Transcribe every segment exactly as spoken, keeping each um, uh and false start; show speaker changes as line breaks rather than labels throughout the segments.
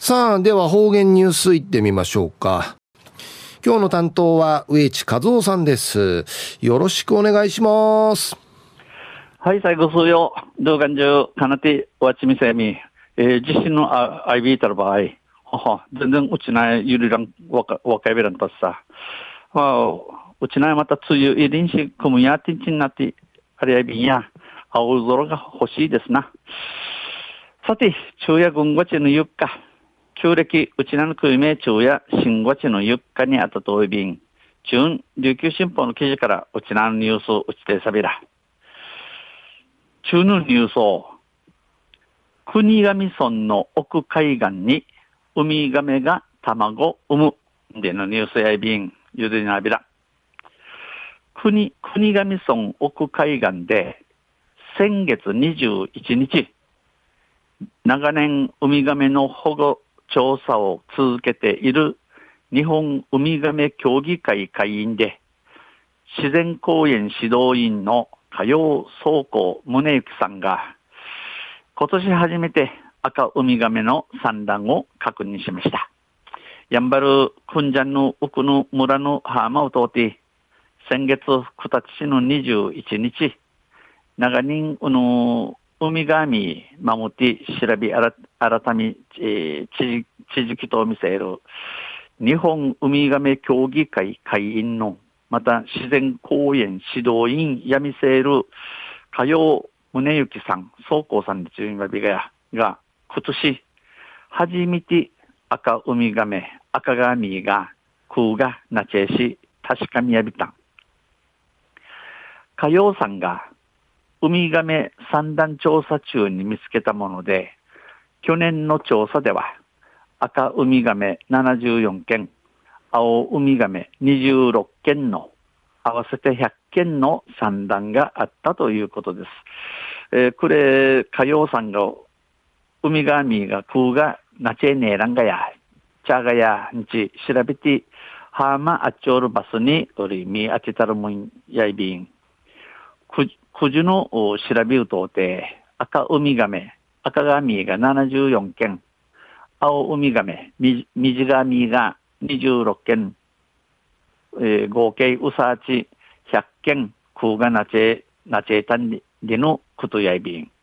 さあ、では方言ニュースいってみましょうか。今日の担当は植地和夫さんです。よろしくお願いします。
はい、最後数曜動画中かなてわちみせみ、えー、地震のあアイビーたる場合、はは全然うちないゆりらんわかわかいべらんとさ、はうちないまたつゆいりんしくむやてんちんなってあれやびんや青空が欲しいですな。さて、昼夜軍ごちのゆっか、旧暦うちなのくいめ昼夜新ごちのゆっかにあたといびん、中琉球新報の記事からうちなのニュースうちてさびら。中のニュースを国頭村の奥海岸にウミガメが卵を産むでのニュースやいびんゆでなびら。国国頭村奥海岸で先月にじゅういちにち長年ウミガメの保護調査を続けている日本ウミガメ協議会会員で自然公園指導員の加陽宗光宗之さんが今年初めて赤ウミガメの産卵を確認しました。やんばるくんじゃんの奥の村の浜を通って先月くたちのにじゅういちにち長人のウミガメ守って調べ改め地域と見せる日本ウミガメ協議会会員のまた自然公園指導員やみせる加陽宗之さん、宗光さんに注意がびがが今年初めて赤ウミガメ赤ガミが空がなちえし確かみやびたん。加陽さんがウミガメ産卵調査中に見つけたもので、去年の調査では赤ウミガメななじゅうよんけん、青ウミガメにじゅうろっけんの合わせてひゃっけんの産卵があったということです。えー、これ加陽さんがウミガメが空がなちえねえらんがやチャガやんち調べてハーマアッチョールバスにおりみあちたるもんやいびんくじの調べうとうて赤ウミガメ赤ガミがななじゅうよんけん、青ウミガメみじガミがにじゅうろっけん、えー、合計うさちひゃっけん空がなちえなちえたんでのことやいびん。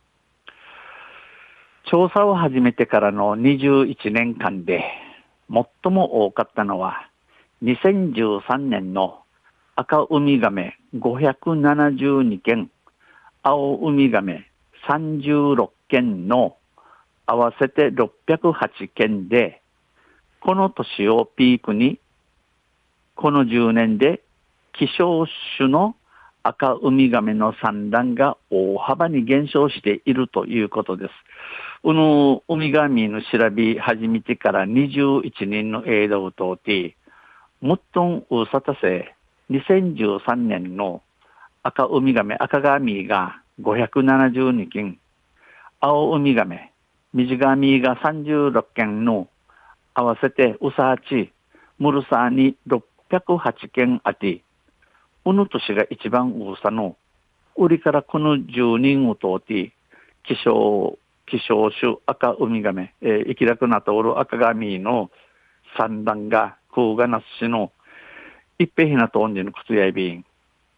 調査を始めてからのにじゅういちねんかんで最も多かったのはにせんじゅうさんねんの赤ウミガメごひゃくななじゅうにけん、青ウミガメさんじゅうろっけんの合わせてろっぴゃくはちけんで、この年をピークにこのじゅうねんで希少種の赤ウミガメの産卵が大幅に減少しているということです。このウミガメの調べ始めてからにじゅういちねんの間を通って、もっとんうさたせにせんじゅうさんねんの赤ウミガメ赤ガミがごひゃくななじゅうにけん、青ウミガメミジガミがさんじゅうろっけんの合わせてうさちムルサーにろっぴゃくはちけんあって、この年が一番多さの売りからこのじゅうにんを通って希少希少種赤ウミガメ、えー、生きなくなっておる赤ガミの産卵が空がなすしの一平ひなとおんじの靴やいびん。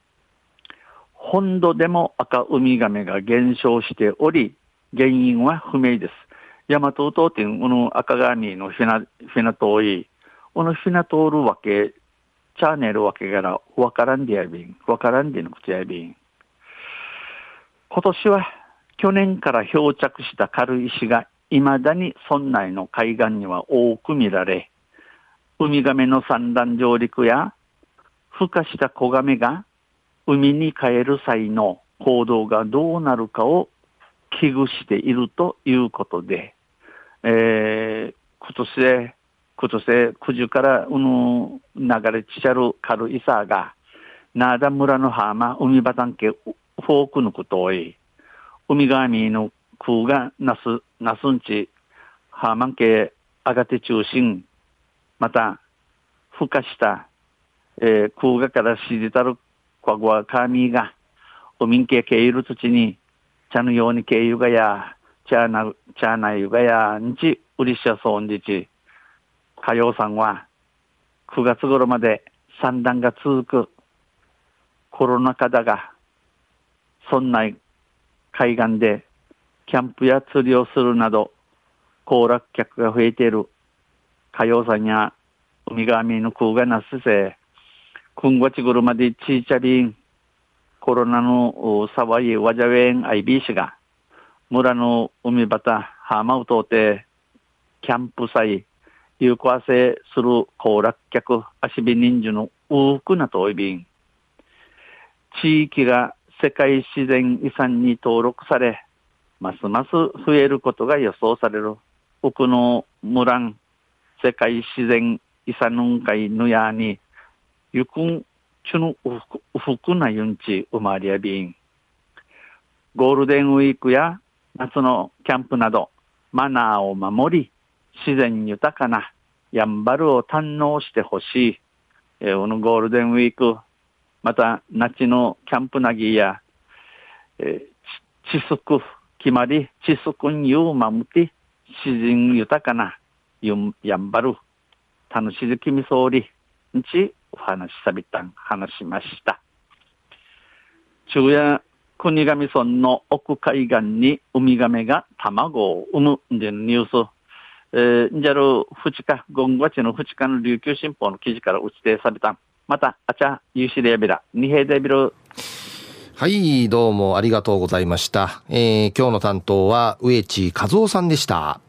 本土でも赤ウミガメが減少しており、原因は不明です。ヤマトウトウテン、この赤ガミのひな、ひなとおい、このひな通るわけ、チャーネルわけからわからんでやびん、わからんでの靴やびん。今年は去年から漂着した軽石が未だに村内の海岸には多く見られ、ウミガメの産卵上陸や孵化した子ガメが海に帰る際の行動がどうなるかを危惧しているということで、えー、今年で今年で九時からうぬ流れちゃる軽いさがナーダ村の浜海バタン家フォークのことをい海側にの空がなすなすんち浜ん家あがて中心また孵化した、えー、空がからしじたるこごわかみが海んけけいる土に茶のようにけゆがや茶な茶なゆがやんちウリシャソンリチ、火曜さんはくがつ頃まで産卵が続くコロナ禍だが、そんな海岸でキャンプや釣りをするなど、行楽客が増えている火曜さんや海がみの空がなすせ、くんごちぐるまでちいちゃびん、コロナのさわいわじゃべんあいびいしが、村の海端、ハーマウトて、キャンプ祭、有効性する行楽客、足火人数の多くなとおいびん。地域が世界自然遺産に登録され、ますます増えることが予想される。奥の村ん、世界自然遺産の会のやに、ゆくんちゅのうふくなゆんち生まれやびん。ゴールデンウィークや夏のキャンプなど、マナーを守り、自然豊かなやんばるを堪能してほしい。えー、このゴールデンウィーク、また夏のキャンプなぎや、えー、ちすく決まり、ちすくんゆうまむて、自然豊かなやんばる、楽しずきみそうり、んちお話しさびたん、話しました。昼夜、国頭村の奥海岸にウミガメが卵を産むんでニュース、えー、じゃるふつか、ごがつのふつかの琉球新報の記事から打ち定さびたん。また、あちゃ、ゆうしれやびら、にへいでびる。
はい、どうもありがとうございました。えー、今日の担当は植地和夫さんでした。